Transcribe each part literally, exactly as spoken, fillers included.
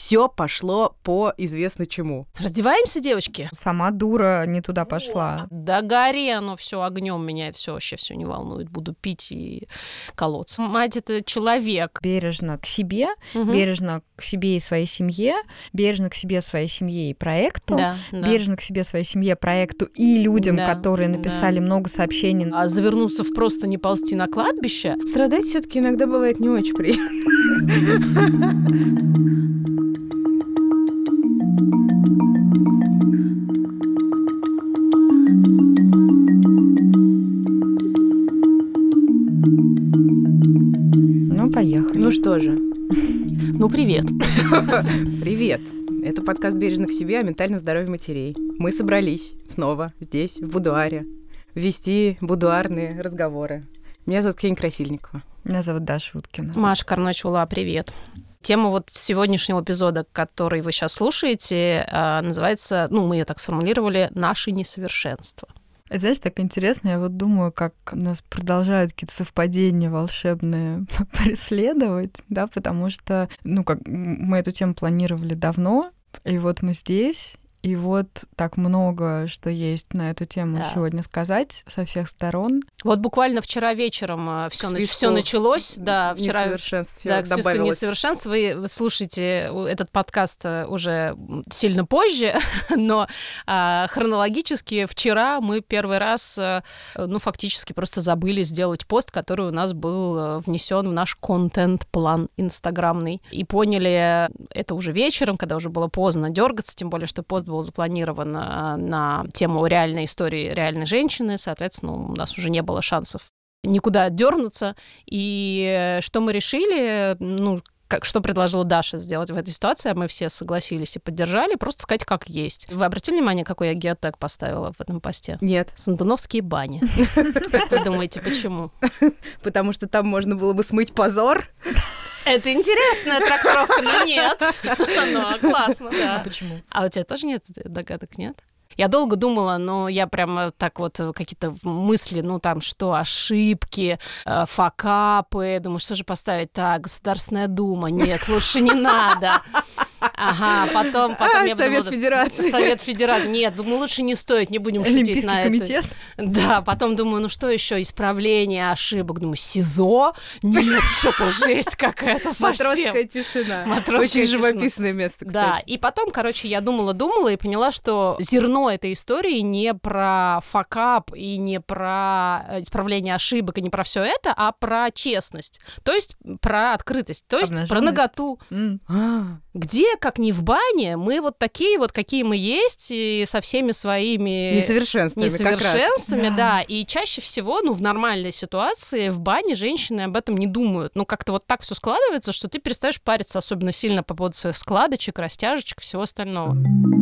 все пошло по известно чему. Раздеваемся, девочки? Сама дура не туда пошла. Да гори оно все огнем, меня это все вообще все не волнует. Буду пить и колоться. Мать — это человек. Бережно к себе, Угу. бережно к себе и своей семье, бережно к себе, своей семье и проекту, Да, да. бережно к себе, своей семье, проекту и людям, Да, которые написали да. много сообщений. А завернуться в просто не ползти на кладбище. Страдать все-таки иногда бывает не очень приятно. Ну, поехали. Ну что же, Ну, привет. привет. Это подкаст «Бережно к себе» о ментальном здоровье матерей. Мы собрались снова здесь, в будуаре, вести будуарные разговоры. Меня зовут Ксения Красильникова. Меня зовут Даша Уткина. Маша Карночула, привет. Тема вот сегодняшнего эпизода, который вы сейчас слушаете, называется, ну, мы ее так сформулировали, «Наши несовершенства». Знаешь, так интересно, я вот думаю, как нас продолжают какие-то совпадения волшебные преследовать, да, потому что, ну, как мы эту тему планировали давно, и вот мы здесь, и вот так много, что есть на эту тему Да. сегодня сказать со всех сторон. Вот буквально вчера вечером все, списку все началось, да, вчера Несовершенств да, к списку добавилось. несовершенств. Вы, вы слушаете этот подкаст уже сильно позже, но а, хронологически вчера мы первый раз, а, ну, фактически просто забыли сделать пост, который у нас был внесен в наш контент-план инстаграмный. И поняли это уже вечером, когда уже было поздно дергаться, тем более, что пост был запланирован а, на тему реальной истории реальной женщины, соответственно, у нас уже не было шансов никуда дернуться. И что мы решили, ну, как, что предложила Даша сделать в этой ситуации, мы все согласились и поддержали, просто сказать, как есть. Вы обратили внимание, какой я геотег поставила в этом посте? Нет, Сандуновские бани. Как вы думаете, почему? потому что там можно было бы смыть позор. Это интересная трактовка, но нет. Ну, классно, да. Почему? А у тебя тоже нет догадок, нет? Я долго думала, но я прямо так вот какие-то мысли, ну там что, ошибки, э, факапы, думаю, что же поставить? Так, Государственная Дума, нет, лучше не надо. Ага, потом... потом А, я Совет подумала, Федерации. Совет Федерации. Нет, думаю, лучше не стоит, не будем шутить Олимпийский на это. комитет? Да, потом думаю, ну что еще? Исправление ошибок. Думаю, СИЗО? Нет, что-то жесть какая-то совсем. Матросская тишина. Матросская Очень тишина. живописное место, кстати. Да, и потом, короче, я думала-думала и поняла, что зерно этой истории не про факап и не про исправление ошибок и не про все это, а про честность, то есть про открытость, то есть про Обнажённость. наготу. М. А, Где, как не в бане, мы вот такие вот, какие мы есть, и со всеми своими Несовершенствами, как раз. несовершенствами, Да. да. И чаще всего, ну, в нормальной ситуации в бане женщины об этом не думают. Ну, как-то вот так все складывается, что ты перестаешь париться особенно сильно по поводу своих складочек, растяжечек, всего остального.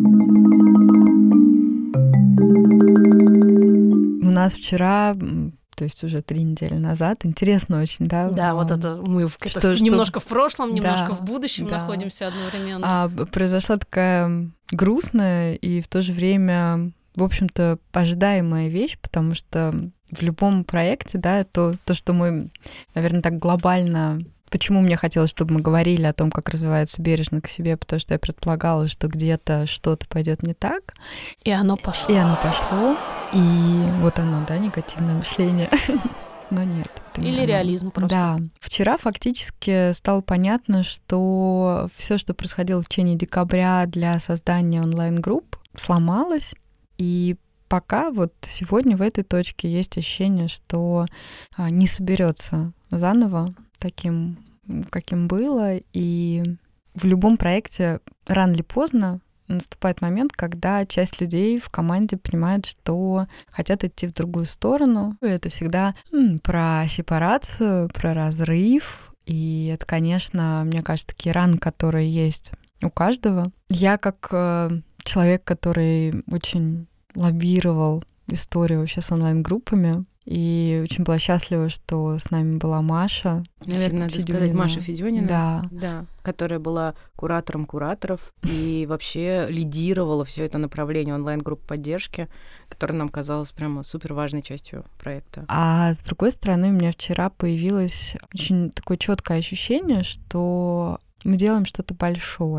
У нас вчера, м, то есть уже три недели назад, интересно очень, да? Да, а, вот это мы в, что- это что- немножко в прошлом, Да, немножко в будущем да. находимся одновременно. а, б- произошла такая грустная и в то же время, в общем-то, ожидаемая вещь, потому что в любом проекте, да, то, то что мы, наверное, так глобально... Почему мне хотелось, чтобы мы говорили о том, как развивается бережно к себе, потому что я предполагала, что где-то что-то пойдет не так, И оно пошло. и оно пошло, и вот оно, да, негативное мышление. Но нет. это не Или оно. реализм просто. Да. Вчера фактически стало понятно, что все, что происходило в течение декабря для создания онлайн-групп, сломалось, и пока вот сегодня в этой точке есть ощущение, что а, не соберется заново таким, каким было, и в любом проекте рано или поздно наступает момент, когда часть людей в команде понимает, что хотят идти в другую сторону. И это всегда м, про сепарацию, про разрыв. И это, конечно, мне кажется, такие раны, которые есть у каждого. Я как э, человек, который очень лоббировал историю вообще с онлайн-группами, и очень была счастлива, что с нами была Маша. Наверное, надо Федюнина. сказать Маша Федюнина. Да. Да, которая была куратором кураторов и вообще лидировала все это направление онлайн-групп поддержки, которое нам казалось прямо супер важной частью проекта. А с другой стороны, у меня вчера появилось очень такое четкое ощущение, что мы делаем что-то большое,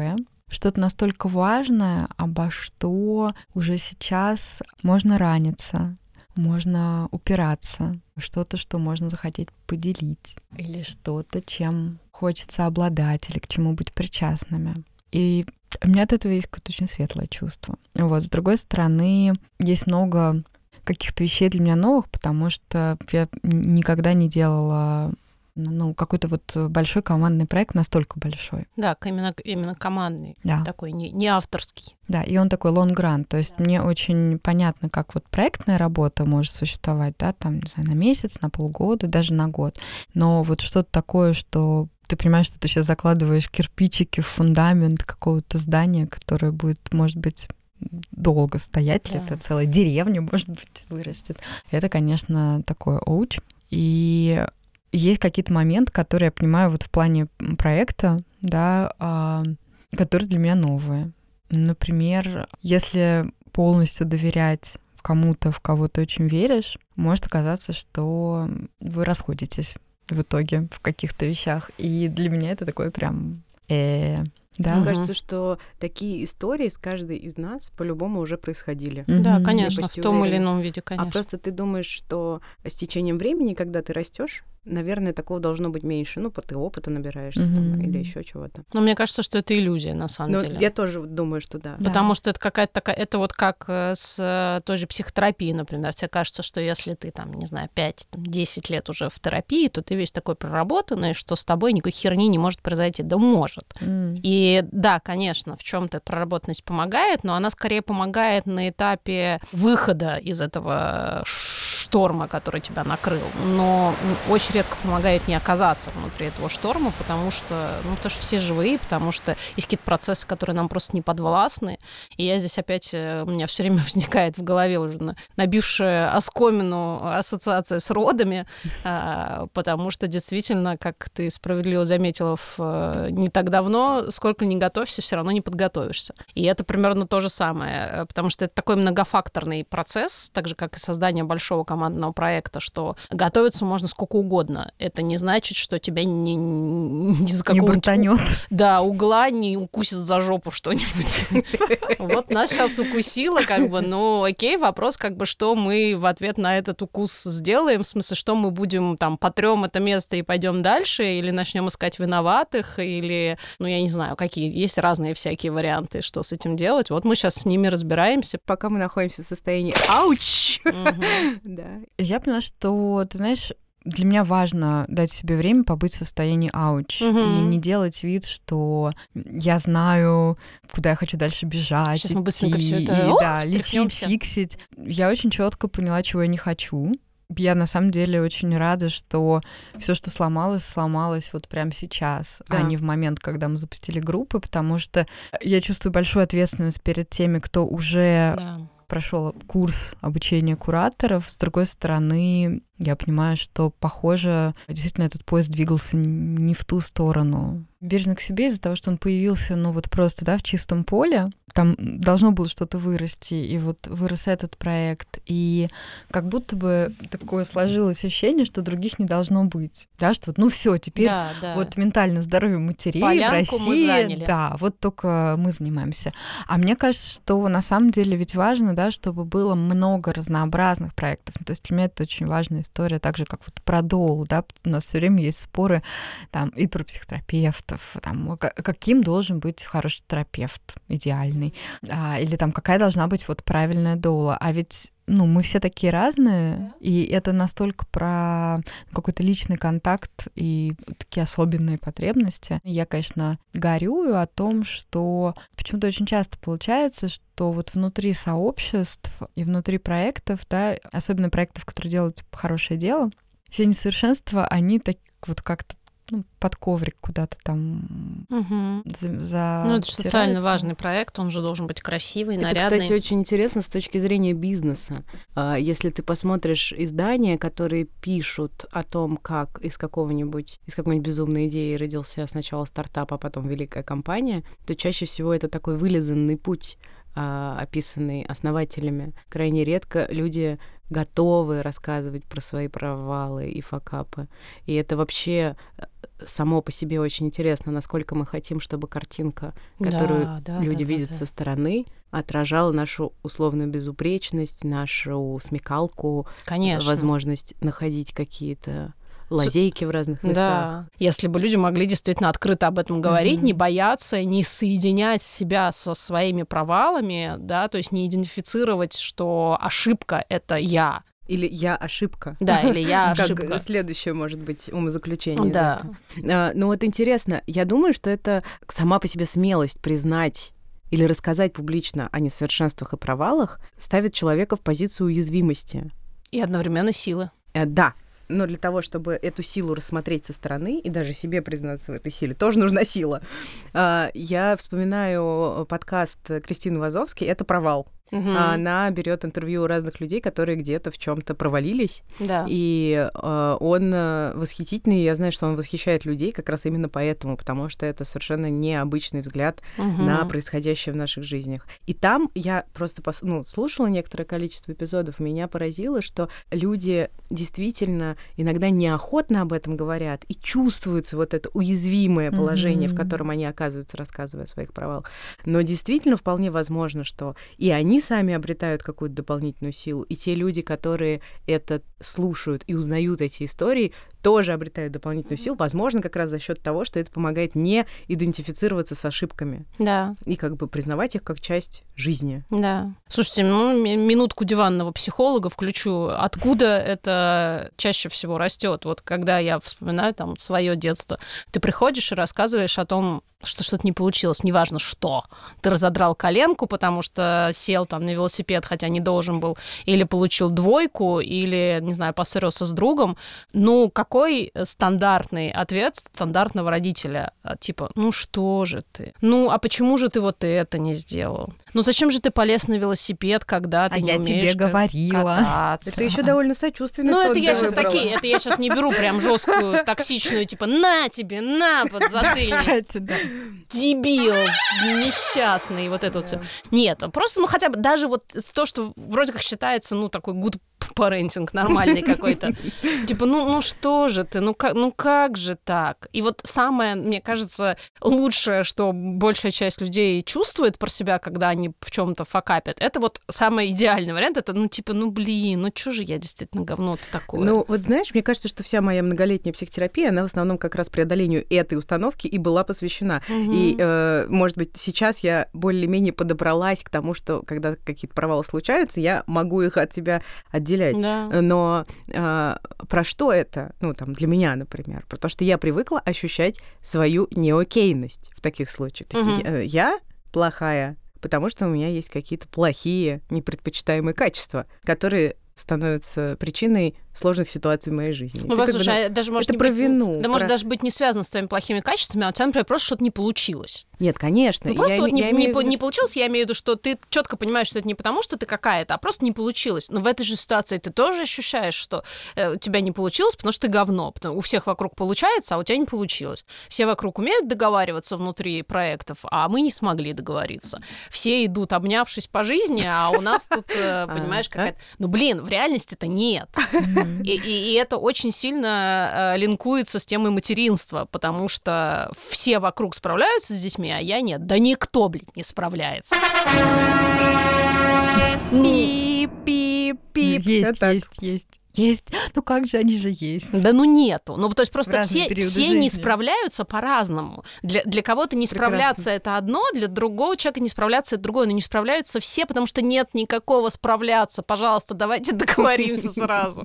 что-то настолько важное, обо что уже сейчас можно раниться, можно упираться, что-то, что можно захотеть поделить, или что-то, чем хочется обладать, или к чему быть причастными. И у меня от этого есть какое-то очень светлое чувство. Вот. С другой стороны, есть много каких-то вещей для меня новых, потому что я никогда не делала ну, какой-то вот большой командный проект, настолько большой. Да, именно, именно командный, да. такой, не, не авторский. Да, и он такой long-run, то есть да. Мне очень понятно, как вот проектная работа может существовать, да, там, не знаю, на месяц, на полгода, даже на год, но вот что-то такое, что ты понимаешь, что ты сейчас закладываешь кирпичики в фундамент какого-то здания, которое будет, может быть, долго стоять, да. Это целая деревня, может быть, вырастет. Это, конечно, такой оуч. И есть какие-то моменты, которые я понимаю вот в плане проекта, да, а, которые для меня новые. Например, если полностью доверять кому-то, в кого ты очень веришь, может оказаться, что вы расходитесь в итоге в каких-то вещах. И для меня это такое прям... Э, да. Мне кажется, что такие истории с каждой из нас по-любому уже происходили. Mm-hmm. Да, конечно, в том уверена. или ином виде, конечно. А просто ты думаешь, что с течением времени, когда ты растешь, наверное, такого должно быть меньше. Ну, ты опыта набираешься mm-hmm. там, или еще чего-то. Но мне кажется, что это иллюзия, на самом Но деле. Я тоже думаю, что да. Потому да. что это какая-то такая... Это вот как с той же психотерапией, например. Тебе кажется, что если ты, там, не знаю, пять-десять лет уже в терапии, то ты весь такой проработанный, что с тобой никакой херни не может произойти. Да может. Mm. И да, конечно, в чем-то эта проработанность помогает, но она скорее помогает на этапе выхода из этого шторма, который тебя накрыл. Но очень редко помогает не оказаться внутри этого шторма, потому что, ну, потому что все живые, потому что есть какие-то процессы, которые нам просто не подвластны. И я здесь опять, у меня все время возникает в голове уже набившая оскомину ассоциация с родами, потому что действительно, как ты справедливо заметила, не так давно, сколько ни готовься, все равно не подготовишься. И это примерно то же самое, потому что это такой многофакторный процесс, так же, как и создание большого командного проекта, что готовиться можно сколько угодно. Это не значит, что тебя не, не за какого-нибудь... Не бортанёт. Да, угла не укусит за жопу что-нибудь. Вот нас сейчас укусило, как бы, ну, окей, вопрос, как бы, что мы в ответ на этот укус сделаем, в смысле, что мы будем, там, потрем это место и пойдем дальше, или начнем искать виноватых, или, ну, я не знаю, какие, есть разные всякие варианты, что с этим делать. Вот мы сейчас с ними разбираемся. Пока мы находимся в состоянии «ауч», да. Я поняла, что, ты знаешь, для меня важно дать себе время побыть в состоянии ауч угу. и не делать вид, что я знаю, куда я хочу дальше бежать, сейчас мы идти, быстренько всё это, и ох, да, лечить, фиксить. Я очень четко поняла, чего я не хочу. Я на самом деле очень рада, что все, что сломалось, сломалось вот прямо сейчас, да. а не в момент, когда мы запустили группы, потому что я чувствую большую ответственность перед теми, кто уже да. прошел курс обучения кураторов. С другой стороны, я понимаю, что, похоже, действительно этот поезд двигался не в ту сторону. Бережно к себе из-за того, что он появился, ну вот просто, да, в чистом поле, там должно было что-то вырасти, и вот вырос этот проект, и как будто бы такое сложилось ощущение, что других не должно быть, да, что вот, ну все, теперь да, да. вот ментальным здоровьем матерей Полянку в России, мы заняли. Да, вот только мы занимаемся. А мне кажется, что на самом деле ведь важно, да, чтобы было много разнообразных проектов, ну, то есть для меня это очень важная история, так же, как вот про Доул, да, у нас все время есть споры там и про психотерапевтов, там, каким должен быть хороший терапевт, идеальный, а, или там какая должна быть вот правильная доула, а ведь ну, мы все такие разные, и это настолько про какой-то личный контакт и такие особенные потребности. Я, конечно, горюю о том, что почему-то очень часто получается, что вот внутри сообществ и внутри проектов, да, особенно проектов, которые делают хорошее дело, все несовершенства, они так вот как-то ну, под коврик куда-то там угу. за, за Ну, это же социально важный проект, он же должен быть красивый, это, нарядный. Кстати, очень интересно с точки зрения бизнеса. Если ты посмотришь издания, которые пишут о том, как из какого-нибудь, из какой-нибудь безумной идеи родился сначала стартап, а потом великая компания, то чаще всего это такой вылизанный путь, описанный основателями. Крайне редко люди готовы рассказывать про свои провалы и факапы. И это вообще само по себе очень интересно, насколько мы хотим, чтобы картинка, которую да, да, люди да, видят да, да. со стороны, отражала нашу условную безупречность, нашу смекалку, Конечно. возможность находить какие-то лазейки в разных местах. Да. Если бы люди могли действительно открыто об этом говорить, mm-hmm. не бояться, не соединять себя со своими провалами, да, то есть не идентифицировать, что ошибка — это я. Или я ошибка. Да, или я ошибка. Как следующее, может быть, умозаключение. Да. А, ну вот интересно, я думаю, что это сама по себе смелость признать или рассказать публично о несовершенствах и провалах ставит человека в позицию уязвимости. И одновременно силы. А, да. Но для того, чтобы эту силу рассмотреть со стороны и даже себе признаться в этой силе, тоже нужна сила. А, я вспоминаю подкаст Кристины Вазовской «Это провал». Угу. Она берет интервью у разных людей, которые где-то в чем-то провалились. Да. И э, он восхитительный. Я знаю, что он восхищает людей как раз именно поэтому, потому что это совершенно необычный взгляд угу. на происходящее в наших жизнях. И там я просто пос... ну, слушала некоторое количество эпизодов, меня поразило, что люди действительно иногда неохотно об этом говорят и чувствуется вот это уязвимое положение, угу. в котором они оказываются, рассказывая о своих провалах. Но действительно вполне возможно, что и они сами обретают какую-то дополнительную силу, и те люди, которые это слушают и узнают эти истории, тоже обретают дополнительную силу, возможно, как раз за счет того, что это помогает не идентифицироваться с ошибками. Да. И как бы признавать их как часть жизни. Да. Слушайте, ну, минутку диванного психолога включу. Откуда это чаще всего растет? Вот когда я вспоминаю там свое детство, ты приходишь и рассказываешь о том, что что-то не получилось, неважно что. Ты разодрал коленку, потому что сел там на велосипед, хотя не должен был, или получил двойку, или, не знаю, поссорился с другом. Ну, какой стандартный ответ стандартного родителя? Типа, ну что же ты? Ну, а почему же ты вот это не сделал? Ну, зачем же ты полез на велосипед, когда ты а не я умеешь тебе говорила. кататься? Это еще довольно сочувственно. Ну, это я сейчас такие, это я сейчас не беру прям жесткую, токсичную, типа, на тебе, на, под затыльник. Кстати, да. Дебил, несчастный, вот это вот все. Нет, просто, ну, хотя бы даже вот то, что вроде как считается, ну, такой good parenting нормальный какой-то. Типа, ну, ну что же ты, ну как, ну как же так? И вот самое, мне кажется, лучшее, что большая часть людей чувствует про себя, когда они в чем-то факапят, это вот самый идеальный вариант, это, ну, типа, ну, блин, ну что же я действительно говно-то такое? Ну, вот знаешь, мне кажется, что вся моя многолетняя психотерапия, она в основном как раз преодолению этой установки и была посвящена. Угу. И, э, может быть, сейчас я более-менее подобралась к тому, что когда какие-то провалы случаются, я могу их от себя отделять. Да. Но э, про что это? Ну, там, для меня, например. Про то, что я привыкла ощущать свою неокейность в таких случаях. То есть угу. я, я плохая, потому что у меня есть какие-то плохие, непредпочитаемые качества, которые становятся причиной сложных ситуаций в моей жизни. Ну, слушай, бы, а даже может это не про быть, вину. Да про... может даже быть не связано с твоими плохими качествами, а у тебя, например, просто что-то не получилось. Нет, конечно. Ну, просто я, вот я не, имею... не, не получилось, я имею в виду, что ты четко понимаешь, что это не потому, что ты какая-то, а просто не получилось. Но в этой же ситуации ты тоже ощущаешь, что э, у тебя не получилось, потому что ты говно. Потому, у всех вокруг получается, а у тебя не получилось. Все вокруг умеют договариваться внутри проектов, а мы не смогли договориться. Все идут, обнявшись по жизни, а у нас тут, понимаешь, какая-то... Ну, блин, в реальности-то нет. И, и, и это очень сильно э, линкуется с темой материнства, потому что все вокруг справляются с детьми, а я нет. Да никто, блин, не справляется. Пип-пип-пип. Есть, есть, есть. Есть. Ну как же, они же есть. Да ну нету. Ну то есть просто все, все жизни. не справляются по-разному. Для, для кого-то не Прекрасно. Справляться это одно, для другого человека не справляться это другое. Но не справляются все, потому что нет никакого справляться. Пожалуйста, давайте договоримся сразу.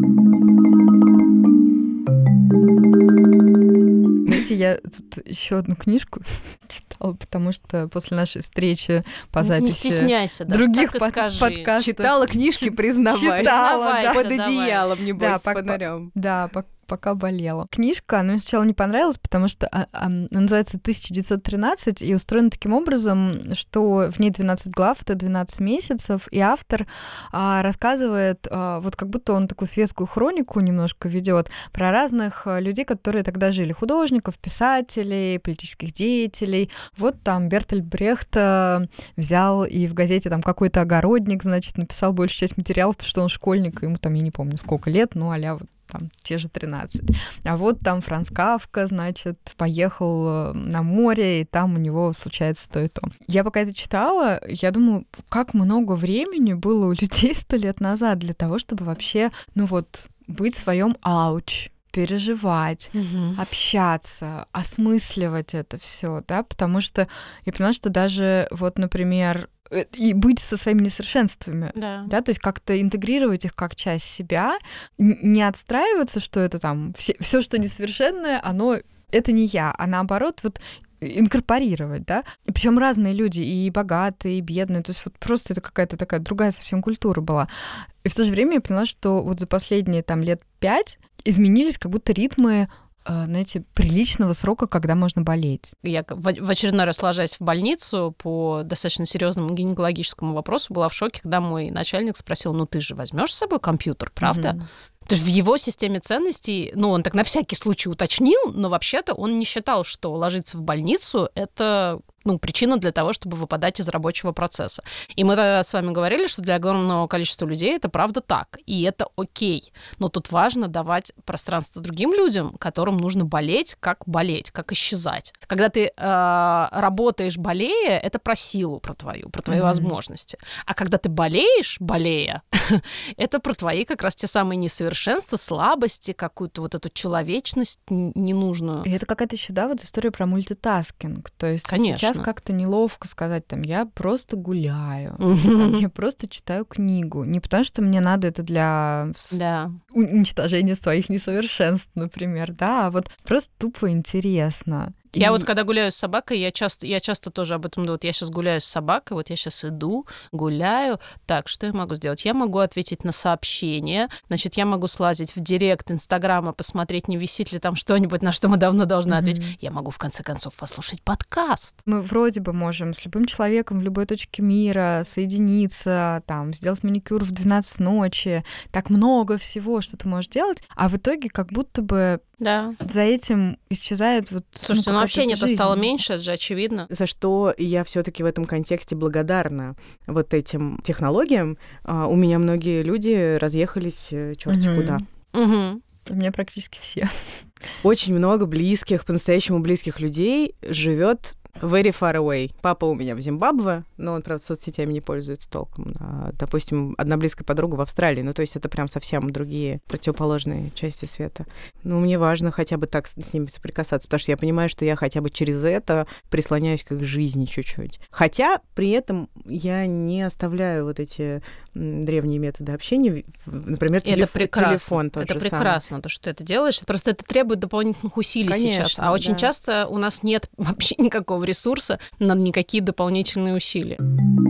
Знаете, я тут еще одну книжку читала, потому что после нашей встречи по записи не стесняйся, других под- подкастов Читала книжки, признавай. Читала, да. Под одеялом, небось, да, с фонарем. Да, пока болела. Книжка, она мне сначала не понравилась, потому что а, а, она называется тысяча девятьсот тринадцать и устроена таким образом, что в ней двенадцать глав, это двенадцать месяцев, и автор а, рассказывает, а, вот как будто он такую светскую хронику немножко ведет про разных людей, которые тогда жили, художников, писателей, политических деятелей. Вот там Бертольд Брехт взял и в газете там какой-то огородник, значит, написал большую часть материалов, потому что он школьник, ему там, я не помню, сколько лет, ну, а-ля вот там те же тринадцать. А вот там Франц Кафка, значит, поехал на море, и там у него случается то и то. Я пока это читала, я думаю, как много времени было у людей сто лет назад для того, чтобы вообще, ну вот, быть в своем ауч, переживать, угу. общаться, осмысливать это все, да, потому что я поняла, что даже вот, например, и быть со своими несовершенствами, да. да, то есть как-то интегрировать их как часть себя, не отстраиваться, что это там все, все, что несовершенное, оно это не я, а наоборот вот инкорпорировать, да, причем разные люди, и богатые, и бедные, то есть вот просто это какая-то такая другая совсем культура была. И в то же время я поняла, что вот за последние там лет пять изменились как будто ритмы, знаете, приличного срока, когда можно болеть. Я в очередной раз, ложась в больницу по достаточно серьезному гинекологическому вопросу, была в шоке, когда мой начальник спросил: ну ты же возьмешь с собой компьютер, правда? Mm-hmm. То есть в его системе ценностей, ну, он так на всякий случай уточнил, но вообще-то он не считал, что ложиться в больницу — это, ну, причина для того, чтобы выпадать из рабочего процесса. И мы тогда с вами говорили, что для огромного количества людей это правда так, и это окей. Но тут важно давать пространство другим людям, которым нужно болеть, как болеть, как исчезать. Когда ты э, работаешь, болея, это про силу, про твою, про твои mm-hmm. возможности. А когда ты болеешь, болея, это про твои как раз те самые несовершенства, слабости, какую-то вот эту человечность ненужную. И это какая-то еще, да, вот история про мультитаскинг. То есть вот сейчас как-то неловко сказать, там, я просто гуляю, mm-hmm. там, я просто читаю книгу. Не потому, что мне надо это для да. уничтожения своих несовершенств, например, да, а вот просто тупо интересно. Я и... вот когда гуляю с собакой, я часто, я часто тоже об этом думаю. Вот я сейчас гуляю с собакой, вот я сейчас иду, гуляю. Так, что я могу сделать? Я могу ответить на сообщение. Значит, я могу слазить в директ Инстаграма, посмотреть, не висит ли там что-нибудь, на что мы давно должны mm-hmm. ответить. Я могу, в конце концов, послушать подкаст. Мы вроде бы можем с любым человеком в любой точке мира соединиться, там, сделать маникюр в двенадцать ночи. Так много всего, что ты можешь делать. А в итоге как будто бы да. за этим исчезает вот... Слушайте, ну, ну общение-то стало меньше, это же очевидно. За что я все-таки в этом контексте благодарна вот этим технологиям. У меня многие люди разъехались черти угу. куда. Угу. У меня практически все. Очень много близких, по-настоящему близких людей живет very far away. Папа у меня в Зимбабве, но он, правда, соцсетями не пользуется толком. А, допустим, одна близкая подруга в Австралии. Ну, то есть это прям совсем другие противоположные части света. Ну, мне важно хотя бы так с ними соприкасаться, потому что я понимаю, что я хотя бы через это прислоняюсь к их жизни чуть-чуть. Хотя при этом я не оставляю вот эти древние методы общения, например, телеф... телефон тот это же прекрасно, самый. То, что ты это делаешь. Просто это требует дополнительных усилий Конечно, сейчас. А очень да. часто у нас нет вообще никакого ресурса на никакие дополнительные усилия.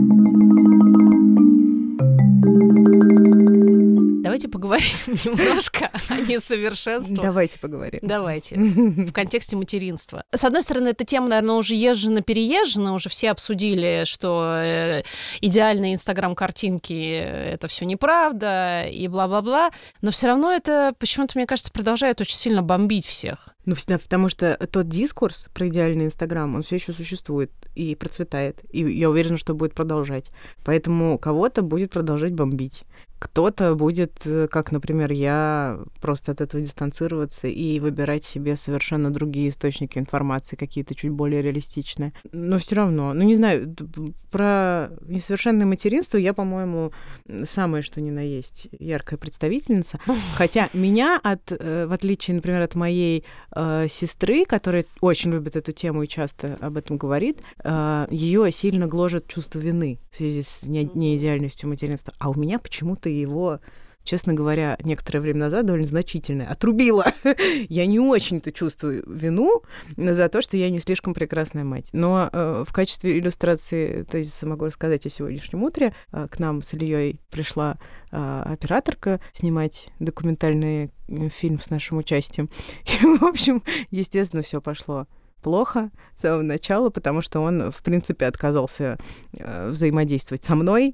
Давайте поговорим немножко о несовершенствах. Давайте поговорим. Давайте. В контексте материнства. С одной стороны, эта тема, наверное, уже езжена-переезжена, уже все обсудили, что идеальные инстаграм-картинки — это все неправда, и бла-бла-бла. Но все равно это, почему-то, мне кажется, продолжает очень сильно бомбить всех. Ну, всегда, потому что тот дискурс про идеальный Инстаграм, он все еще существует и процветает. И я уверена, что будет продолжать. Поэтому кого-то будет продолжать бомбить. Кто-то будет, как, например, я, просто от этого дистанцироваться и выбирать себе совершенно другие источники информации, какие-то чуть более реалистичные. Но все равно, ну, не знаю, про несовершенное материнство я, по-моему, самое что ни на есть яркая представительница. Хотя меня, от, в отличие, например, от моей э, сестры, которая очень любит эту тему и часто об этом говорит, э, ее сильно гложет чувство вины в связи с не- неидеальностью материнства. А у меня почему-то его честно говоря, некоторое время назад довольно значительное, отрубила. Я не очень-то чувствую вину за то, что я не слишком прекрасная мать. Но э, в качестве иллюстрации тезиса могу рассказать о сегодняшнем утре. Э, к нам с Ильей пришла э, операторка снимать документальный фильм с нашим участием. И, в общем, естественно, все пошло плохо с самого начала, потому что он, в принципе, отказался э, взаимодействовать со мной.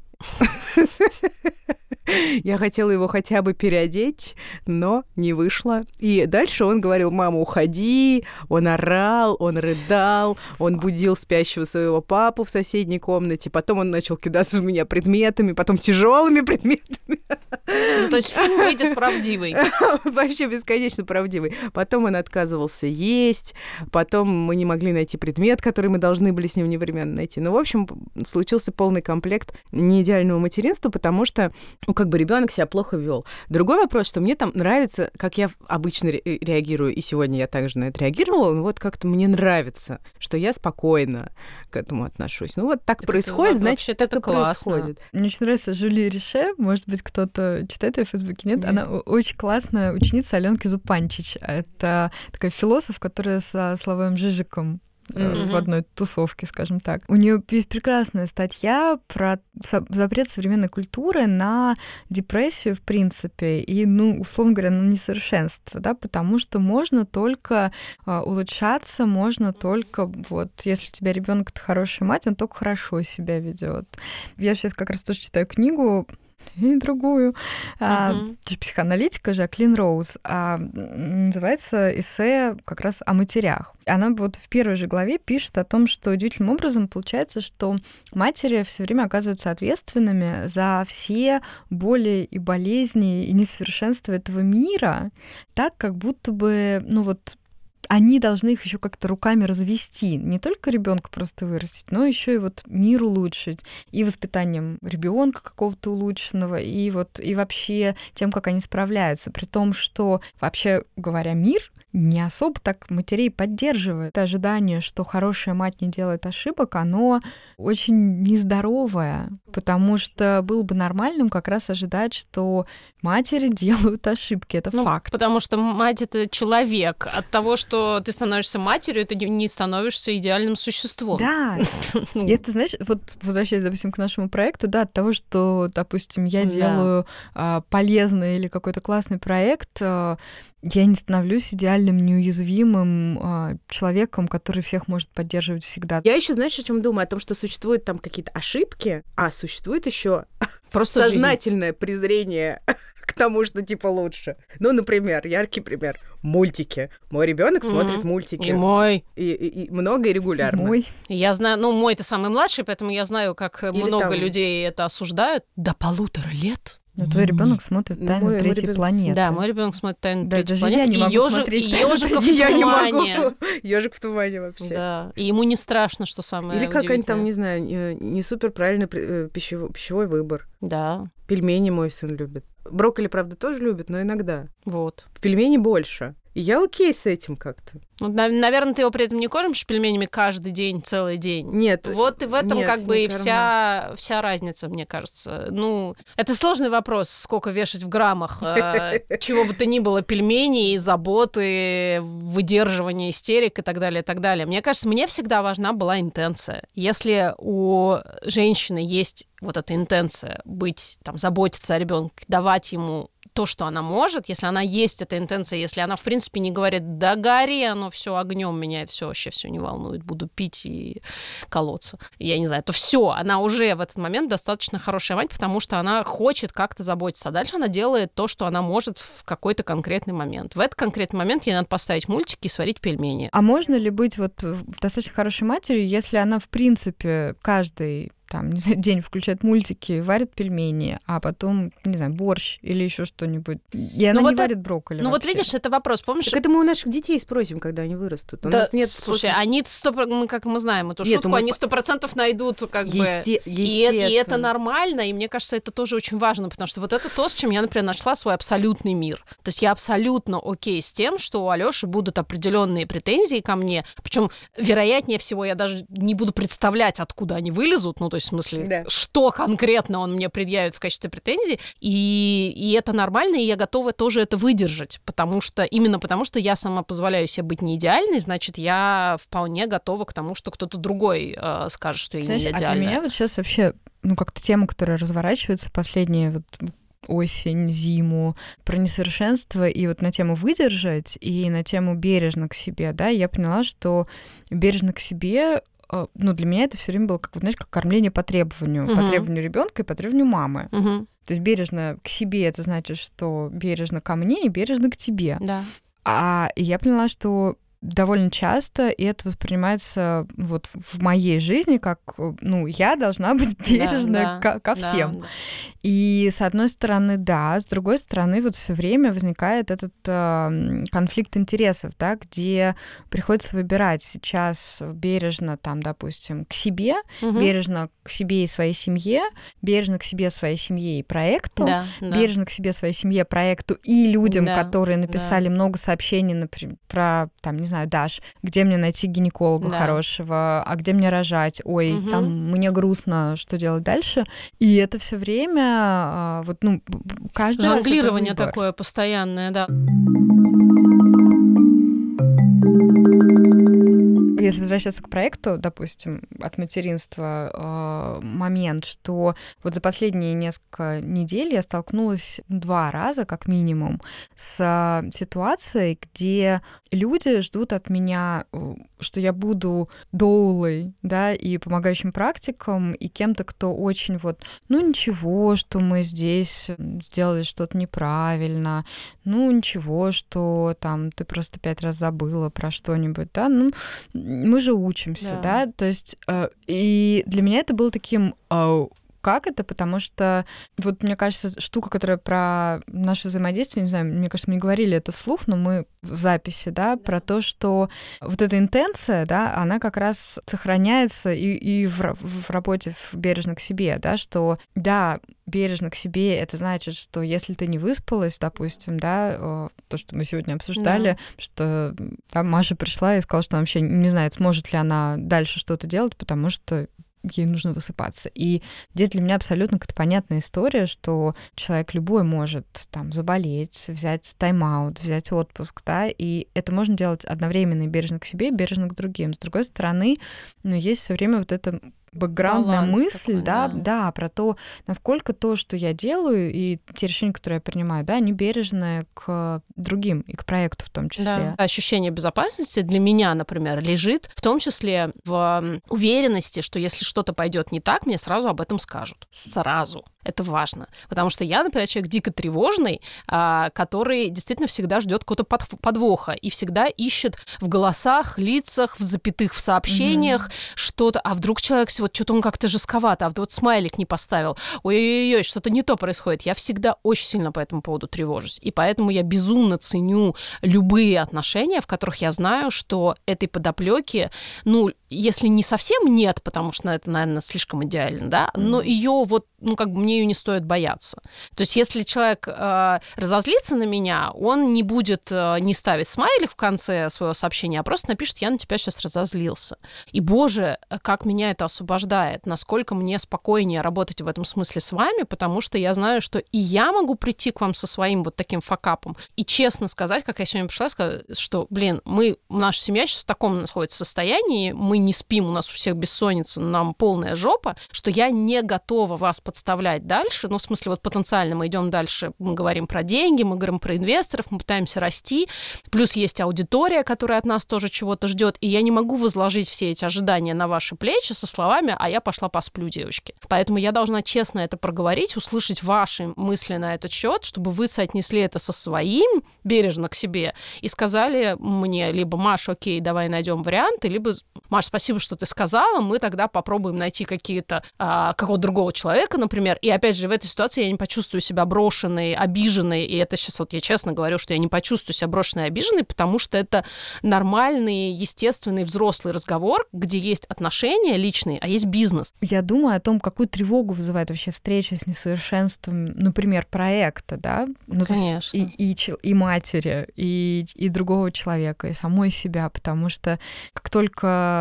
Я хотела его хотя бы переодеть, но не вышло. И дальше он говорил: мама, уходи. Он орал, он рыдал, он будил спящего своего папу в соседней комнате. Потом он начал кидаться в меня предметами, потом тяжелыми предметами. Ну, то есть фильм выйдет правдивый. Вообще бесконечно правдивый. Потом он отказывался есть, потом мы не могли найти предмет, который мы должны были с ним непременно найти. Ну, в общем, случился полный комплект неидеального материнства, потому что, ну, как бы ребенок себя плохо вел. Другой вопрос, что мне там нравится, как я обычно ре- реагирую, и сегодня я также на это реагировала, ну, вот как-то мне нравится, что я спокойно к этому отношусь. Ну, вот так, так происходит, это, значит, это классно. Происходит. Мне очень нравится Жюли Рише, может быть, кто-то читает ее в Фейсбуке, нет? нет? Она очень классная ученица Аленки Зупанчич. Это такая философ, которая со Славоем Жижиком Mm-hmm. в одной тусовке, скажем так. У нее есть прекрасная статья про запрет современной культуры на депрессию, в принципе, и, ну, условно говоря, на несовершенство, да, потому что можно только а, улучшаться, можно только, вот, если у тебя ребенок это хорошая мать, он только хорошо себя ведет. Я сейчас как раз тоже читаю книгу и другую. Uh-huh. А, психоаналитика Жаклин Роуз. А, называется эссе как раз о матерях. Она вот в первой же главе пишет о том, что удивительным образом получается, что матери все время оказываются ответственными за все боли и болезни и несовершенства этого мира, так как будто бы, ну вот, они должны их еще как-то руками развести. Не только ребенка просто вырастить, но еще и вот мир улучшить. И воспитанием ребенка какого-то улучшенного, и вот и вообще тем, как они справляются. При том, что, вообще говоря, мир не особо так матерей поддерживает. Это ожидание, что хорошая мать не делает ошибок, оно очень нездоровое, потому что было бы нормальным как раз ожидать, что матери делают ошибки. Это ну, факт. Потому что мать — это человек. От того, что ты становишься матерью, ты не становишься идеальным существом. Да. И это, знаешь, вот возвращаясь, допустим, к нашему проекту, да, от того, что, допустим, я делаю а, полезный или какой-то классный проект, а, я не становлюсь идеальным, неуязвимым а, человеком, который всех может поддерживать всегда. Я еще, знаешь, о чем думаю? О том, что существуют там какие-то ошибки, а существует еще просто сознательное жизнь. презрение к тому, что типа лучше. Ну, например, яркий пример. Мультики. Мой ребенок mm-hmm. смотрит мультики. И мой. И, и, и много и регулярно. И мой. Я знаю, ну, мой-то самый младший, поэтому я знаю, как Или много там... людей это осуждают. До полутора лет. Но твой ребенок смотрит «Тайну мой, третьей мой планеты». Да, мой ребенок смотрит «Тайну да, третьей планеты». Я не могу и смотреть «Ежика в тумане». Ежик в тумане вообще. Да. И ему не страшно, что самое Или какой-нибудь там, не знаю, не супер правильный пищевой, пищевой выбор. Да. Пельмени мой сын любит. Брокколи, правда, тоже любит, но иногда. Вот. Пельмени больше. И я окей с этим как-то. Ну, наверное, ты его при этом не кормишь пельменями каждый день, целый день. Нет. Вот и в этом нет, как бы и вся, вся разница, мне кажется. Ну, это сложный вопрос, сколько вешать в граммах чего бы то ни было, пельменей, заботы, выдерживания истерик и так далее, и так далее. Мне кажется, мне всегда важна была интенция. Если у женщины есть вот эта интенция быть, там, заботиться о ребенке, давать ему то, что она может, если она есть эта интенция, если она, в принципе, не говорит: да гори, оно все огнем, меня это все вообще все не волнует, буду пить и колоться, я не знаю, то все, она уже в этот момент достаточно хорошая мать, потому что она хочет как-то заботиться, а дальше она делает то, что она может в какой-то конкретный момент. В этот конкретный момент ей надо поставить мультики и сварить пельмени. А можно ли быть вот достаточно хорошей матерью, если она, в принципе, каждый там, не знаю, день включает мультики, варит пельмени, а потом, не знаю, борщ или еще что-нибудь. И она ну, не вот варит брокколи. Ну вообще. Вот видишь, это вопрос, помнишь? Так это мы у наших детей спросим, когда они вырастут. У да, нас нет слушай, способ... они сто, мы, как мы знаем эту нет, шутку, мы... они сто процентов найдут как Есте... бы... И, и это нормально, и мне кажется, это тоже очень важно, потому что вот это то, с чем я, например, нашла свой абсолютный мир. То есть я абсолютно окей с тем, что у Алёши будут определенные претензии ко мне, причем вероятнее всего я даже не буду представлять, откуда они вылезут, ну то есть есть в смысле, Да. что конкретно он мне предъявит в качестве претензий, и, и это нормально, и я готова тоже это выдержать, потому что, именно потому что я сама позволяю себе быть не идеальной, значит, я вполне готова к тому, что кто-то другой э, скажет, что я Знаешь, не а идеальная. для меня вот сейчас вообще, ну, как-то тема, которая разворачивается в последние вот осень, зиму, про несовершенство и вот на тему выдержать и на тему бережно к себе, да, я поняла, что бережно к себе, ну, для меня это все время было, как, знаешь, как кормление по требованию, Мгм. по требованию ребенка и по требованию мамы. Мгм. То есть бережно к себе — это значит, что бережно ко мне и бережно к тебе. Да. А и я поняла, что довольно часто это воспринимается вот в моей жизни как, ну, я должна быть бережна да, ко, ко да, всем. да. И с одной стороны, да, с другой стороны, вот все время возникает этот э, конфликт интересов, да, где приходится выбирать сейчас бережно, там, допустим, к себе, Мгм. бережно к себе и своей семье, бережно к себе, своей семье и проекту, Да, да. бережно к себе, своей семье, проекту и людям, Да, которые написали много сообщений, например, про, там, не знаю, Даш, где мне найти гинеколога Да. хорошего, а где мне рожать, ой, Мгм. там мне грустно, что делать дальше. И это все время, а, вот, ну, б- б- каждый раз это Жонглирование выбор. такое постоянное, да. Если возвращаться к проекту, допустим, от материнства, э, момент, что вот за последние несколько недель я столкнулась два раза, как минимум, с ситуацией, где люди ждут от меня, э, что я буду доулой, да, и помогающим практиком, и кем-то, кто очень вот, ну ничего, что мы здесь сделали что-то неправильно, ну ничего, что там ты просто пять раз забыла про что-нибудь, да, ну мы же учимся, Да. да, то есть э, и для меня это было таким, э, как это, потому что вот мне кажется, штука, которая про наше взаимодействие, не знаю, мне кажется, мы не говорили это вслух, но мы в записи, да, про то, что вот эта интенция, да, она как раз сохраняется и, и в, ра- в работе в бережно к себе, да, что да, бережно к себе, это значит, что если ты не выспалась, допустим, да, э, то, что мы сегодня обсуждали, Да. что там Маша пришла и сказала, что она вообще не знает, сможет ли она дальше что-то делать, потому что ей нужно высыпаться. И здесь для меня абсолютно какая-то понятная история, что человек любой может там заболеть, взять тайм-аут, взять отпуск, да, и это можно делать одновременно и бережно к себе, и бережно к другим. С другой стороны, ну, есть все время вот это бэкграундная Баланс мысль, такой, да, да. да, про то, насколько то, что я делаю, и те решения, которые я принимаю, да, они бережные к другим и к проекту в том числе. Да. Ощущение безопасности для меня, например, лежит в том числе в м, уверенности, что если что-то пойдет не так, мне сразу об этом скажут. Сразу. Это важно. Потому что я, например, человек дико тревожный, а, который действительно всегда ждет какого-то под- подвоха и всегда ищет в голосах, лицах, в запятых в сообщениях mm-hmm. что-то. А вдруг человек вот что-то он как-то жестковато, а вот смайлик не поставил. Ой-ой-ой, что-то не то происходит. Я всегда очень сильно по этому поводу тревожусь. И поэтому я безумно ценю любые отношения, в которых я знаю, что этой подоплеки, ну, если не совсем нет, потому что это, наверное, слишком идеально, да, но mm-hmm. ее вот, ну, как бы мне ее не стоит бояться. То есть если человек э, разозлится на меня, он не будет э, не ставить смайлик в конце своего сообщения, а просто напишет: я на тебя сейчас разозлился. И, боже, как меня это освобождает, насколько мне спокойнее работать в этом смысле с вами, потому что я знаю, что и я могу прийти к вам со своим вот таким факапом и честно сказать, как я сегодня пришла, сказать, что, блин, мы, наша семья сейчас в таком находится состоянии, мы не спим, у нас у всех бессонница, нам полная жопа, что я не готова вас подставлять дальше, ну, в смысле, вот потенциально мы идем дальше, мы говорим про деньги, мы говорим про инвесторов, мы пытаемся расти, плюс есть аудитория, которая от нас тоже чего-то ждет, и я не могу возложить все эти ожидания на ваши плечи со словами: а я пошла посплю, девочки. Поэтому я должна честно это проговорить, услышать ваши мысли на этот счет, чтобы вы соотнесли это со своим бережно к себе и сказали мне либо: Маш, окей, давай найдем варианты, либо: Маш, спасибо, что ты сказала, мы тогда попробуем найти какие-то а, какого-то другого человека, например. И опять же, в этой ситуации я не почувствую себя брошенной, обиженной, и это сейчас вот я честно говорю, что я не почувствую себя брошенной и обиженной, потому что это нормальный, естественный, взрослый разговор, где есть отношения личные, а есть бизнес. Я думаю о том, какую тревогу вызывает вообще встреча с несовершенством, например, проекта, да? Ну, конечно. И, и, и матери, и, и другого человека, и самой себя, потому что как только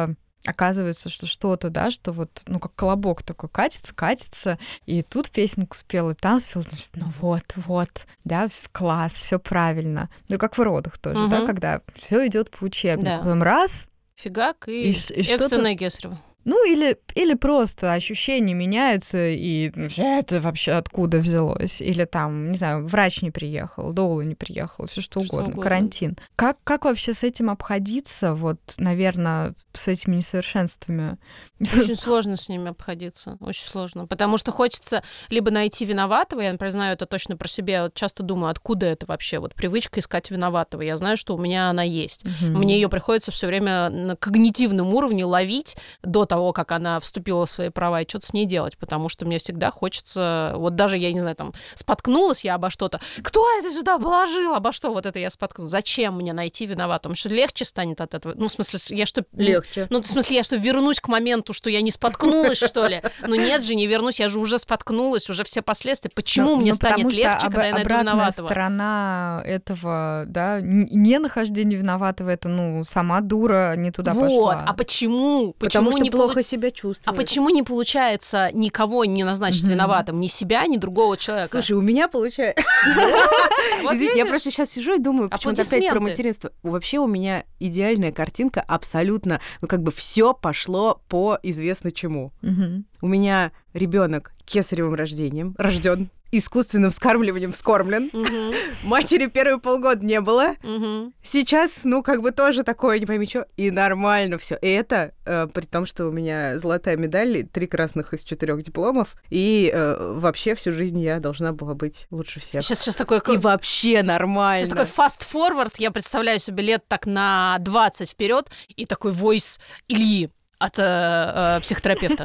оказывается, что что-то, да, что вот, ну, как колобок такой катится, катится, и тут песенку спел, и там спел, значит, ну вот, вот, да, класс, все правильно. Ну, как в родах тоже, угу. да, когда все идет по учебнику. Да. Потом раз... Фигак и, и, и экстренное Кесарево. Ну, или, или просто ощущения меняются, и это вообще откуда взялось? Или там, не знаю, врач не приехал, доула не приехал, все что, что угодно, угодно, карантин. Как, как вообще с этим обходиться, вот, наверное, с этими несовершенствами? Очень сложно с ними обходиться, очень сложно, потому что хочется либо найти виноватого, я, например, знаю это точно про себя, я вот часто думаю, откуда это вообще, вот привычка искать виноватого, я знаю, что у меня она есть, угу. мне ее приходится все время на когнитивном уровне ловить до того, как она вступила в свои права, и что-то с ней делать, потому что мне всегда хочется, вот даже, я не знаю, там, споткнулась я обо что-то, кто это сюда положил, обо что вот это я споткнулась, зачем мне найти виноватого, потому что легче станет от этого, ну, в смысле, я что... Легче. Ну, в смысле, я что, вернусь к моменту, что я не споткнулась, что ли? Ну, нет же, не вернусь, я же уже споткнулась, уже все последствия, почему но, мне но станет легче, об, когда я найду виноватого? Виноватого? Сторона этого, да, не нахождение виноватого, это, ну, сама дура не туда вот. пошла. А почему? Потому почему что не плохо получ... себя чувствует. А почему не получается никого не назначить mm-hmm. виноватым? Ни себя, ни другого человека. Слушай, у меня получается... Извините, я просто сейчас сижу и думаю, почему-то опять про материнство. Вообще у меня идеальная картинка абсолютно, ну как бы все пошло по известно чему. У меня ребенок кесаревым рождением рожден. Искусственным вскармливанием вскормлен. Угу. Матери первые полгода не было. Угу. Сейчас, ну, как бы тоже такое, не пойми что. И нормально все. И это э, при том, что у меня золотая медаль, три красных из четырех дипломов. И э, вообще всю жизнь я должна была быть лучше всех. Сейчас, сейчас такой... И вообще нормально. Сейчас такой fast-forward. Я представляю себе лет так на двадцать вперед и такой войс Ильи от э, э, психотерапевта.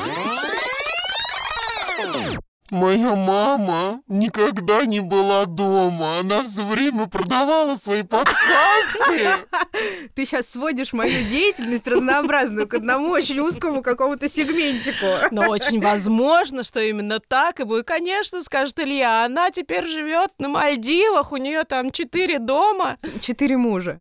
Моя мама никогда не была дома. Она все время продавала свои подкасты. Ты сейчас сводишь мою деятельность разнообразную к одному очень узкому какому-то сегментику. Но очень возможно, что именно так и будет. Конечно, скажет Илья, она теперь живет на Мальдивах, у нее там четыре дома. Четыре мужа.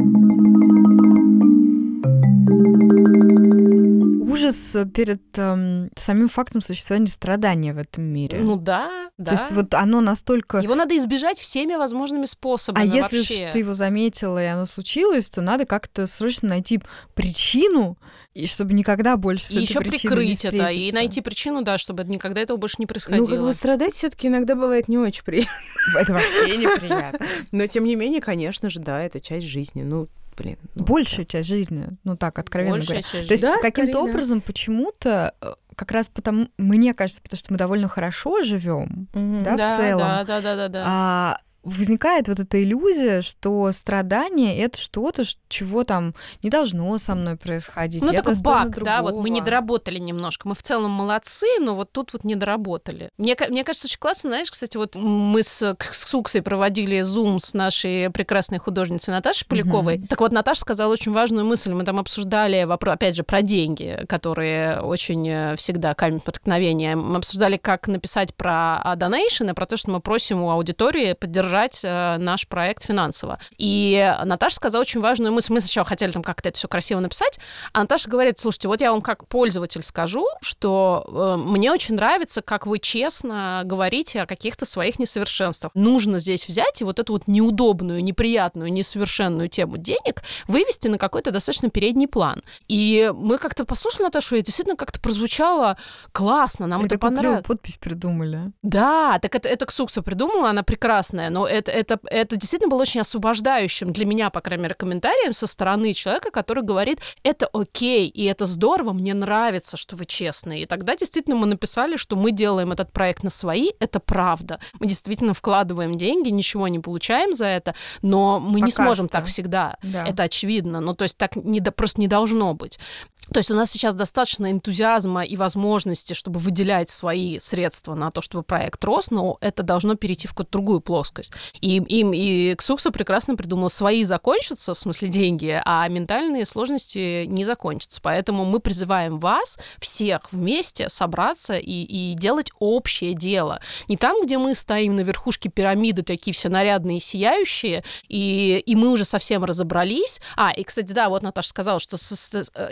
Ужас перед эм, самим фактом существования страдания в этом мире. Ну да, да. То есть вот оно настолько... Его надо избежать всеми возможными способами. А если вообще. уж ты его заметила, и оно случилось, то надо как-то срочно найти причину, и чтобы никогда больше с и этой еще причиной прикрыть не это, и найти причину, да, чтобы никогда этого больше не происходило. Ну, как бы страдать все-таки иногда бывает не очень приятно. Это вообще неприятно. Но, тем не менее, конечно же, да, это часть жизни. Ну, блин. Ну, большая да. часть жизни, ну так, откровенно большая говоря. Часть То есть да, каким-то скорее, образом да. почему-то, как раз потому, мне кажется, потому что мы довольно хорошо живем, mm-hmm. да, да, в целом. Да, да, да, да, да. А возникает вот эта иллюзия, что страдание — это что-то, чего там не должно со мной происходить. Ну, такой баг, другого. да, вот мы не доработали немножко. Мы в целом молодцы, но вот тут вот не доработали. Мне, мне кажется, очень классно, знаешь, кстати, вот мы с Ксуксой проводили зум с нашей прекрасной художницей Наташей Поляковой. Mm-hmm. Так вот, Наташа сказала очень важную мысль. Мы там обсуждали вопрос, опять же, про деньги, которые очень всегда камень преткновения. Мы обсуждали, как написать про донейшн, про то, что мы просим у аудитории поддержать наш проект финансово. И Наташа сказала очень важную мысль. Мы сначала хотели там как-то это все красиво написать, а Наташа говорит, слушайте, вот я вам как пользователь скажу, что э, мне очень нравится, как вы честно говорите о каких-то своих несовершенствах. Нужно здесь взять и вот эту вот неудобную, неприятную, несовершенную тему денег вывести на какой-то достаточно передний план. И мы как-то послушали Наташу, и действительно как-то прозвучало классно, нам и это понравилось. Подпись придумали. Да, так это, это Ксукса придумала, она прекрасная, но это, это, это действительно было очень освобождающим для меня, по крайней мере, комментарием со стороны человека, который говорит, это окей, и это здорово, мне нравится, что вы честные. И тогда действительно мы написали, что мы делаем этот проект на свои, это правда. Мы действительно вкладываем деньги, ничего не получаем за это, но мы Пока не сможем что. так всегда. Да. Это очевидно. Ну, то есть так не, просто не должно быть. То есть у нас сейчас достаточно энтузиазма и возможности, чтобы выделять свои средства на то, чтобы проект рос, но это должно перейти в какую-то другую плоскость. И, и, и Ксукса прекрасно придумала, свои закончатся, в смысле деньги, а ментальные сложности не закончатся. Поэтому мы призываем вас всех вместе собраться и, и делать общее дело. Не там, где мы стоим на верхушке пирамиды, такие все нарядные, сияющие, и, и мы уже совсем разобрались. А, и, кстати, да, вот Наташа сказала, что с, с, из того, как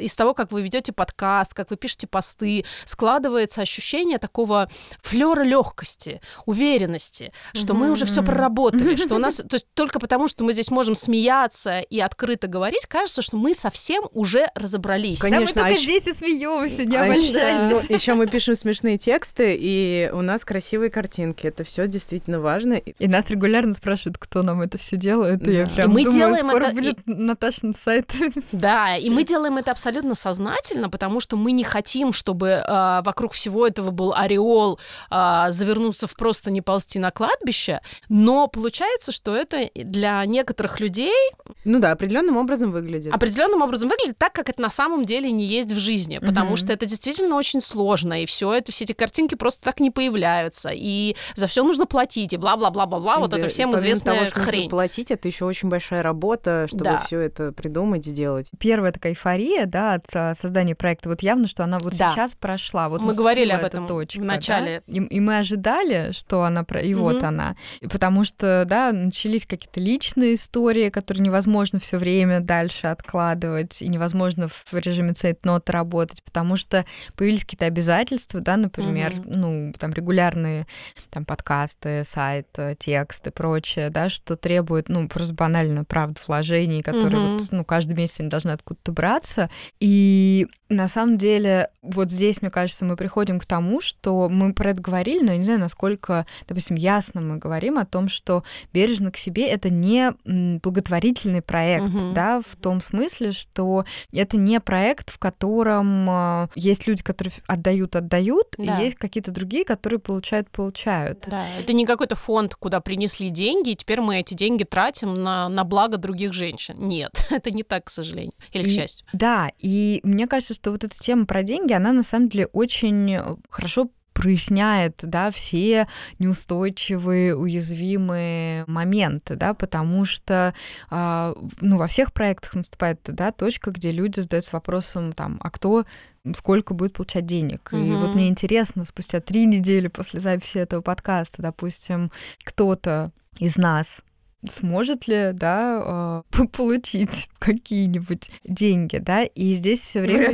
как вы ведете подкаст, как вы пишете посты, складывается ощущение такого флера легкости, уверенности, что mm-hmm. мы уже все проработали, что у нас, то есть только потому, что мы здесь можем смеяться и открыто говорить, кажется, что мы совсем уже разобрались. Конечно, да, мы только а здесь и смеемся, не а обольщайтесь. Еще мы пишем смешные тексты, и у нас красивые картинки. Это все действительно важно. И нас регулярно спрашивают, кто нам это все делает. Да. И я прям и мы думаю, делаем скоро это... будет и... Наташин сайт. Да, и мы делаем это абсолютно сознательно, потому что мы не хотим, чтобы э, вокруг всего этого был ореол, э, завернуться в просто не ползти на кладбище, но получается, что это для некоторых людей... Ну да, определенным образом выглядит. Определенным образом выглядит так, как это на самом деле не есть в жизни, потому mm-hmm. что это действительно очень сложно, и все это, все эти картинки просто так не появляются, и за все нужно платить, и бла-бла-бла-бла-бла, вот да, это всем известная того, что хрень. Платить — это еще очень большая работа, чтобы да. все это придумать, сделать. Первая такая эйфория, да, от создания проекта, вот явно, что она вот да. сейчас прошла. Вот мы говорили об этом точка, в начале. Да? И, и мы ожидали, что она... И mm-hmm. вот она. Потому что, да, начались какие-то личные истории, которые невозможно все время дальше откладывать, и невозможно в режиме цейтнота работать, потому что появились какие-то обязательства, да, например, mm-hmm. ну, там, регулярные там подкасты, сайт, тексты, прочее, да, что требует, ну, просто банально, правда, вложений, которые mm-hmm. вот, ну, каждый месяц они должны откуда-то браться. И на самом деле вот здесь, мне кажется, мы приходим к тому, что мы про это говорили, но я не знаю, насколько, допустим, ясно мы говорим о том, что «Бережно к себе» — это не благотворительный проект, mm-hmm. да, в том смысле, что это не проект, в котором есть люди, которые отдают, отдают, да. и есть какие-то другие, которые получают, получают. Да, это не какой-то фонд, куда принесли деньги, и теперь мы эти деньги тратим на, на благо других женщин. Нет, это не так, к сожалению, или к и, счастью. Да, и мне кажется, что вот эта тема про деньги, она на самом деле очень хорошо проясняет, да, все неустойчивые, уязвимые моменты, да, потому что, э, ну, во всех проектах наступает, да, точка, где люди задаются вопросом, там, а кто сколько будет получать денег. Mm-hmm. И вот мне интересно, спустя три недели после записи этого подкаста, допустим, кто-то из нас сможет ли, да, э, получить какие-нибудь деньги, да, и здесь все время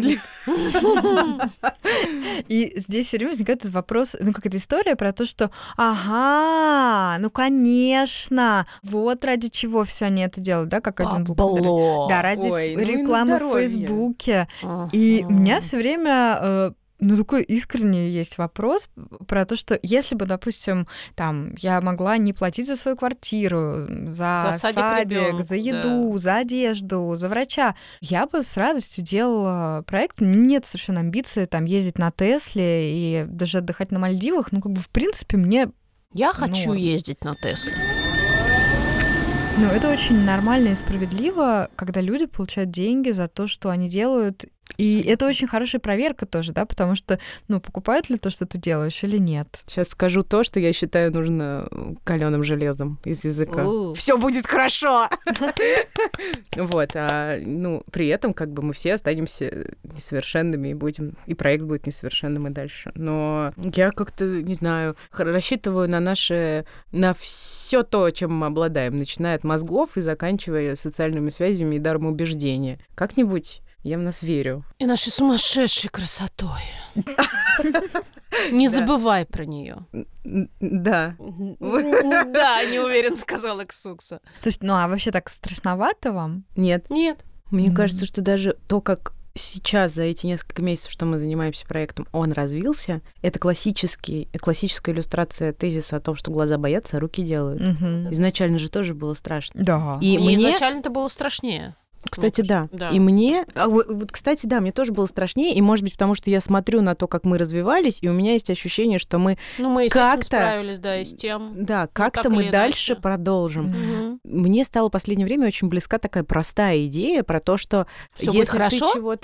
и здесь все время возникает вопрос, ну, как эта история про то, что, ага, ну, конечно, вот ради чего все они это делают, да, как один был, да, ради рекламы в Фейсбуке, и у меня все время Ну, такой искренний есть вопрос про то, что если бы, допустим, там, я могла не платить за свою квартиру, за, за садик, садик ребёнку, за еду, да. за одежду, за врача, я бы с радостью делала проект. Нет совершенно амбиции там ездить на Тесле и даже отдыхать на Мальдивах. Ну, как бы, в принципе, мне... Я хочу ну, ездить на Тесле. Ну, это очень нормально и справедливо, когда люди получают деньги за то, что они делают. И это очень хорошая проверка тоже, да, потому что, ну, покупают ли то, что ты делаешь, или нет? Сейчас скажу то, что я считаю нужно калёным железом из языка. Все будет хорошо! Вот, а, ну, при этом, как бы, мы все останемся несовершенными и будем, и проект будет несовершенным и дальше. Но я как-то, не знаю, рассчитываю на наши, на все то, чем мы обладаем, начиная от мозгов и заканчивая социальными связями и даром убеждения. Как-нибудь я в нас верю. И нашей сумасшедшей красотой. Не забывай про нее. Да. Да, не уверен, сказала Ксукса. То есть, ну а вообще так страшновато вам? Нет. Нет. Мне кажется, что даже то, как сейчас за эти несколько месяцев, что мы занимаемся проектом, он развился, это классический, классическая иллюстрация тезиса о том, что глаза боятся, а руки делают. Изначально же тоже было страшно. Да. И изначально это было страшнее. Кстати, ну, да. да. И мне... А, вот, кстати, да, мне тоже было страшнее, и, может быть, потому что я смотрю на то, как мы развивались, и у меня есть ощущение, что мы ну, мы как-то... с этим справились, да, и с тем... Да, как-то мы дальше иначе. продолжим. Угу. Мне стала в последнее время очень близка такая простая идея про то, что Всё если хорошо? ты чего-то...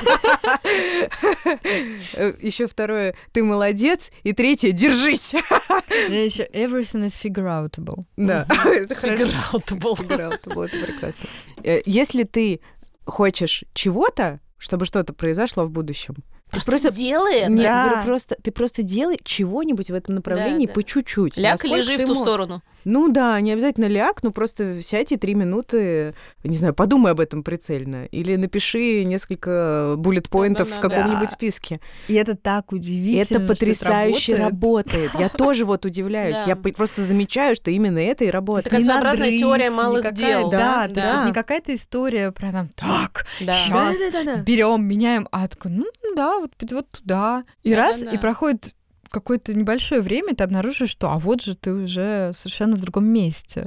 Еще второе, ты молодец, и третье, держись. Еще everything is figure-outable. Да, это хорошо. Figure-outable. Figure-outable, это прекрасно. Если ты хочешь чего-то, чтобы что-то произошло в будущем, Просто сделай это. Нет, Да. говорю, просто, ты просто делай чего-нибудь в этом направлении Да, да. по чуть-чуть. Ляг и насколько лежи в ты ту мо- сторону. Ну да, не обязательно ляг, но просто сядь и три минуты, не знаю, подумай об этом прицельно. Или напиши несколько буллет-поинтов в Да-да-да. каком-нибудь Да. списке. И это так удивительно, Это потрясающе что это работает. работает. Я тоже вот удивляюсь. Да. Я п- просто замечаю, что именно это и работает. Такая Не своеобразная надрыв, теория малых никакая- дел. Да, Да, то есть да. вот не какая-то история про там, так, Да. щас Да-да-да-да. берем, меняем, а такой, ну да, вот, вот туда. И раз, Да-да-да. и проходит какое-то небольшое время, ты обнаружишь, что а вот же ты уже совершенно в другом месте.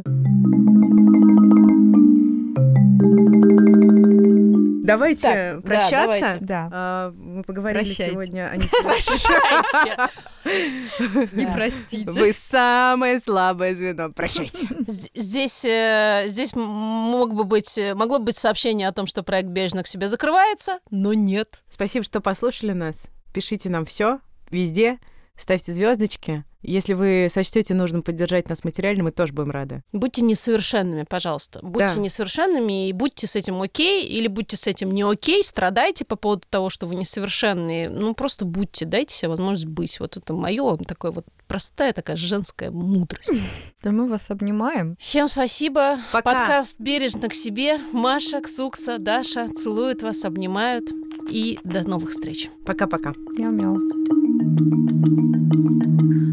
Давайте Так, да, прощаться. давайте. Да, А, мы поговорили Прощайте. сегодня о Прощайте. не Да. простите. Вы самое слабое звено. Прощайте. З- Здесь, э, здесь м- мог бы быть, э, могло бы быть сообщение о том, что проект «Бережно к себе» закрывается, но нет. Спасибо, что послушали нас. Пишите нам все везде, ставьте звездочки. Если вы сочтете нужным поддержать нас материально, мы тоже будем рады. Будьте несовершенными, пожалуйста. Будьте Да. несовершенными и будьте с этим окей, или будьте с этим не окей, страдайте по поводу того, что вы несовершенные. Ну, просто будьте, дайте себе возможность быть. Вот это мое, такое вот простая такая женская мудрость. Да мы вас обнимаем. Всем спасибо. Пока. Подкаст «Бережно к себе». Маша, Ксукса, Даша целуют вас, обнимают. И до новых встреч. Пока-пока. Мяу-мяу.